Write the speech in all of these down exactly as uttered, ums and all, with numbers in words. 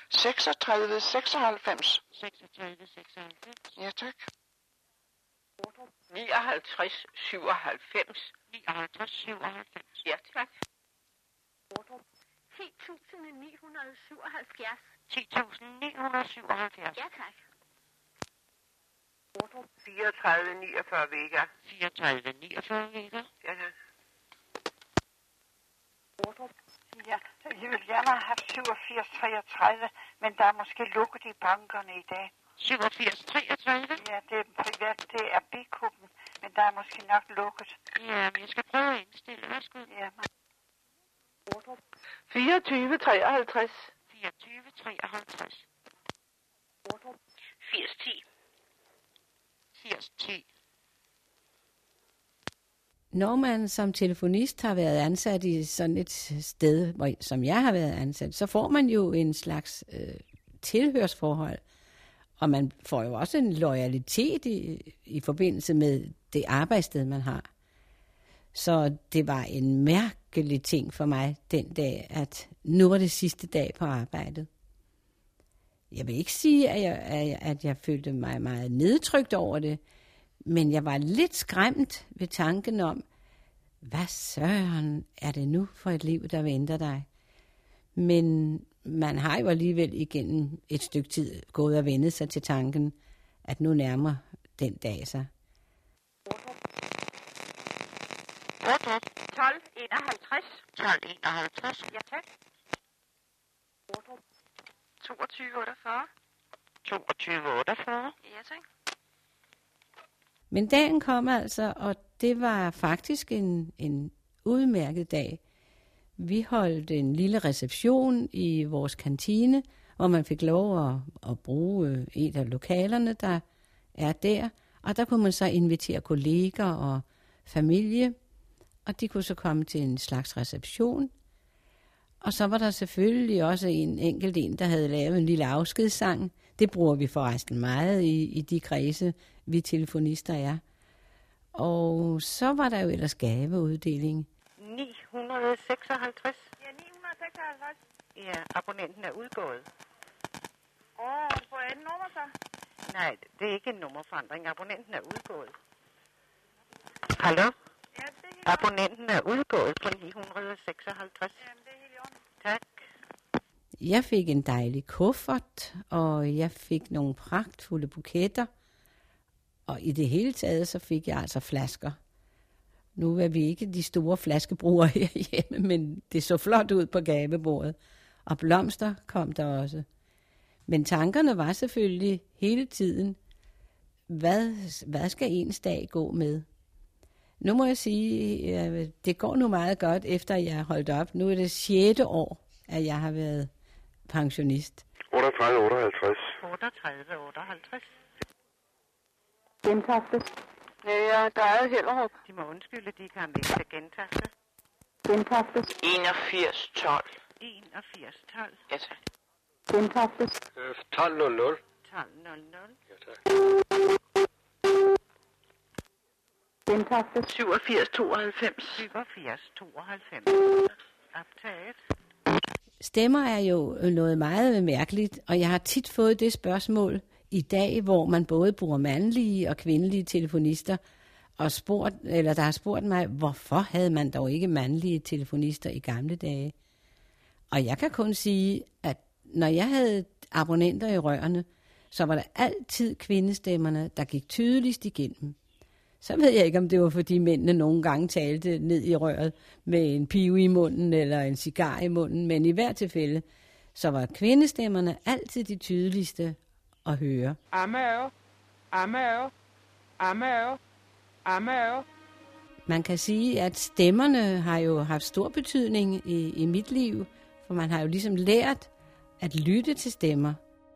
seksogtredive seksoghalvfems. seksogtredive seksoghalvfems. Ja, tak. nioghalvtreds syvoghalvfems. nioghalvtreds syvoghalvfems. Ja, tak. ti tusind ni hundrede syvoghalvfjerds. ti tusind ni hundrede syvoghalvfjerds. Ja, tak. fireogtredive niogfyrre Vega. fireogtredive niogfyrre Vega. Ja, tak. Ja, jeg vil gerne have haft syvogfirs treogtredive, men der er måske lukket i bankerne i dag. syvogfirs treogtredive. Ja, det er privat, det er Bikuben, men der er måske nok lukket. Ja, men jeg skal prøve at indstille. Værsgo. Ja, fireogtyve treoghalvtreds. fireogtyve treoghalvtreds. firs ti. firs ti. Når man som telefonist har været ansat i sådan et sted, hvor, som jeg har været ansat, så får man jo en slags øh, tilhørsforhold. Og man får jo også en loyalitet i, i forbindelse med det arbejdssted, man har. Så det var en mærkelig ting for mig den dag, at nu var det sidste dag på arbejdet. Jeg vil ikke sige, at jeg, at jeg, at jeg følte mig meget nedtrykt over det, men jeg var lidt skræmt ved tanken om, hvad søren er det nu for et liv, der venter dig? Men man har jo alligevel igennem et stykke tid gået og vendet sig til tanken, at nu nærmer den dag sig. tolv enoghalvtreds. tolv enoghalvtreds. Ja, tak. toogtyve otteogfyrre. toogtyve otteogfyrre. Ja, tak. Men dagen kom altså, og det var faktisk en, en udmærket dag. Vi holdt en lille reception i vores kantine, hvor man fik lov at, at bruge et af lokalerne, der er der. Og der kunne man så invitere kolleger og familie, og de kunne så komme til en slags reception. Og så var der selvfølgelig også en enkelt en, der havde lavet en lille afskedssang. Det bruger vi forresten meget i, i de kredse, vi telefonister er. Og så var der jo ellers gaveuddeling. ni hundrede seksoghalvtreds. Ja, ni hundrede seksoghalvtreds. Ja, abonnenten er udgået. Åh, på anden nummer så? Nej, det er ikke en nummerforandring. Abonnenten er udgået. Hallo? Ja, det er helt Abonnenten er udgået på ni hundrede seksoghalvtreds. Jamen, det er helt i orden. Tak. Jeg fik en dejlig kuffert, og jeg fik nogle pragtfulde buketter. Og i det hele taget, så fik jeg altså flasker. Nu er vi ikke de store flaskebrugere herhjemme, men det så flot ud på gavebordet. Og blomster kom der også. Men tankerne var selvfølgelig hele tiden, hvad, hvad skal ens dag gå med? Nu må jeg sige, det går nu meget godt, efter jeg har holdt op. Nu er det sjette år, at jeg har været pensionist. otteogtredive otteoghalvtreds. otteogtredive otteoghalvtreds. Gentofte. Ja, der er Hellerup. De må undskylde, de kan ikke til Gentofte. Gentofte. enogfirs tolv. enogfirs tolv. Ja, tak. Gentofte. tolv nul nul. tolv nul nul. Ja, tak. Gentofte. syvogfirs tooghalvfems. syvogfirs tooghalvfems. Optaget. Stemmer er jo noget meget mærkeligt, og jeg har tit fået det spørgsmål i dag, hvor man både bruger mandlige og kvindelige telefonister, og spurgt, eller der har spurgt mig, hvorfor havde man dog ikke mandlige telefonister i gamle dage? Og jeg kan kun sige, at når jeg havde abonnenter i rørene, så var der altid kvindestemmerne, der gik tydeligst igennem. Så ved jeg ikke, om det var, fordi mændene nogle gange talte ned i røret med en pive i munden eller en cigar i munden, men i hvert tilfælde, så var kvindestemmerne altid de tydeligste at høre. Amager, Amager, Amager, Amager. Man kan sige, at stemmerne har jo haft stor betydning i, i mit liv, for man har jo ligesom lært at lytte til stemmer.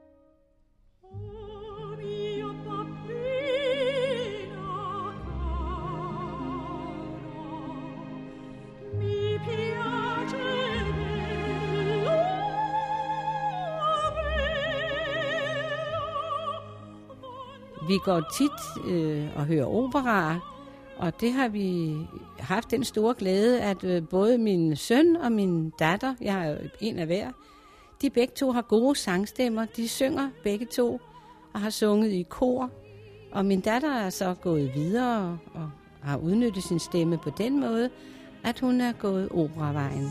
Vi går tit øh, og hører operaer, og det har vi haft den store glæde, at øh, både min søn og min datter, jeg har jo en af hver, De begge to har gode sangstemmer. De synger begge to og har sunget i kor. Og min datter er så gået videre og har udnyttet sin stemme på den måde, at hun er gået operavejen.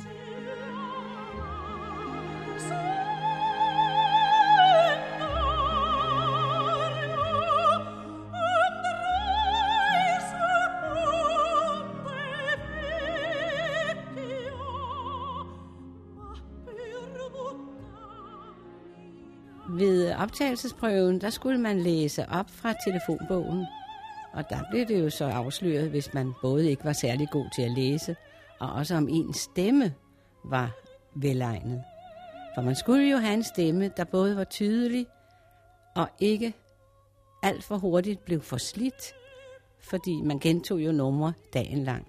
Ved optagelsesprøven, der skulle man læse op fra telefonbogen, og der blev det jo så afsløret, hvis man både ikke var særlig god til at læse, og også om ens stemme var velegnet. For man skulle jo have en stemme, der både var tydelig og ikke alt for hurtigt blev for slidt, fordi man gentog jo numre dagen lang.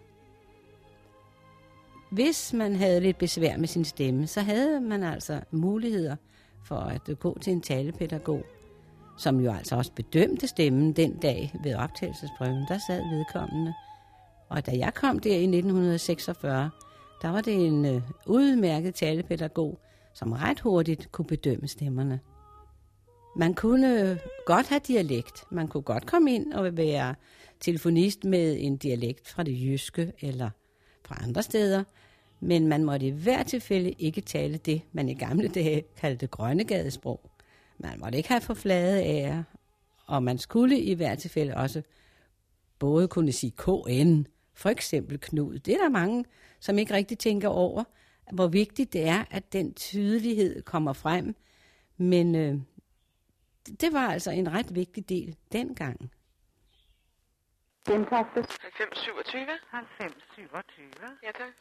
Hvis man havde lidt besvær med sin stemme, så havde man altså muligheder for at gå til en talepædagog, som jo altså også bedømte stemmen den dag ved optagelsesprøven. Der sad vedkommende. Og da jeg kom der i nitten seksogfyrre, der var det en øh, udmærket talepædagog, som ret hurtigt kunne bedømme stemmerne. Man kunne øh, godt have dialekt. Man kunne godt komme ind og være telefonist med en dialekt fra det jyske eller fra andre steder, men man måtte i hvert tilfælde ikke tale det, man i gamle dage kaldte grønnegadesprog. Man måtte ikke have for flade ærer, og man skulle i hvert tilfælde også både kunne sige K N, for eksempel Knud. Det er der mange, som ikke rigtig tænker over, hvor vigtigt det er, at den tydelighed kommer frem. Men øh, det var altså en ret vigtig del dengang. halvfems syvogtyve. halvfems syvogtyve. Ja, tak.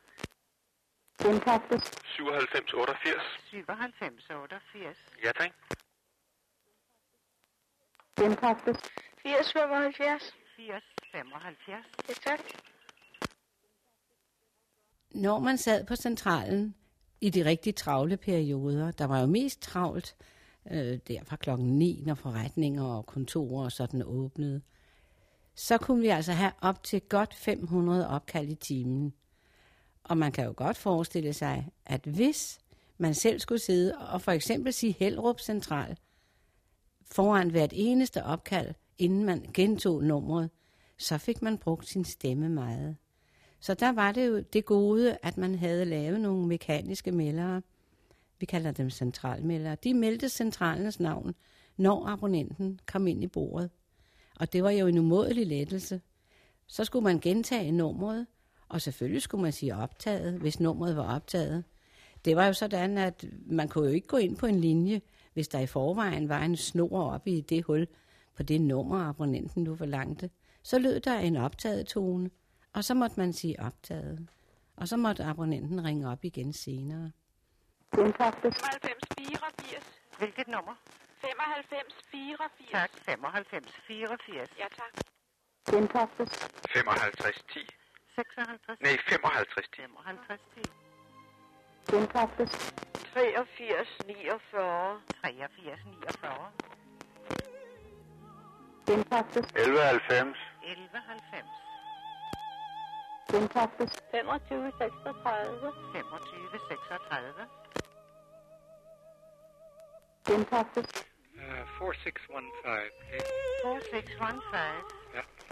syvoghalvfems otteogfirs. syvoghalvfems otteogfirs. Ja, tak. firs femoghalvfjerds. firs femoghalvfjerds. Ja, tak. Når man sad på centralen i de rigtig travle perioder, der var jo mest travlt øh, der fra klokken ni, når forretninger og kontorer og sådan åbnede, så kunne vi altså have op til godt fem hundrede opkald i timen. Og man kan jo godt forestille sig, at hvis man selv skulle sidde og for eksempel sige Hellerup Central foran hvert eneste opkald, inden man gentog nummeret, så fik man brugt sin stemme meget. Så der var det jo det gode, at man havde lavet nogle mekaniske meldere. Vi kalder dem centralmeldere. De meldte centralens navn, når abonnenten kom ind i bordet. Og det var jo en umådelig lettelse. Så skulle man gentage nummeret, og selvfølgelig skulle man sige optaget, hvis nummeret var optaget. Det var jo sådan, at man kunne jo ikke gå ind på en linje, hvis der i forvejen var en snor op i det hul på det nummer, abonnenten nu forlangte. Så lød der en optaget tone, og så måtte man sige optaget. Og så måtte abonnenten ringe op igen senere. femoghalvfems fireogfirs. Hvilket nummer? femoghalvfems fireogfirs. Tak, femoghalvfems fireogfirs. Ja, tak. femoghalvtreds ti. seksoghalvtreds. Nej, femoghalvtreds ti. femoghalvtreds ti. treogfirs niogfyrre. treogfirs niogfyrre. elleve halvfems. elleve halvfems. femogtyve seksogtredive. femogtyve seksogtredive. Uh, four six one five. four six one five. Ja.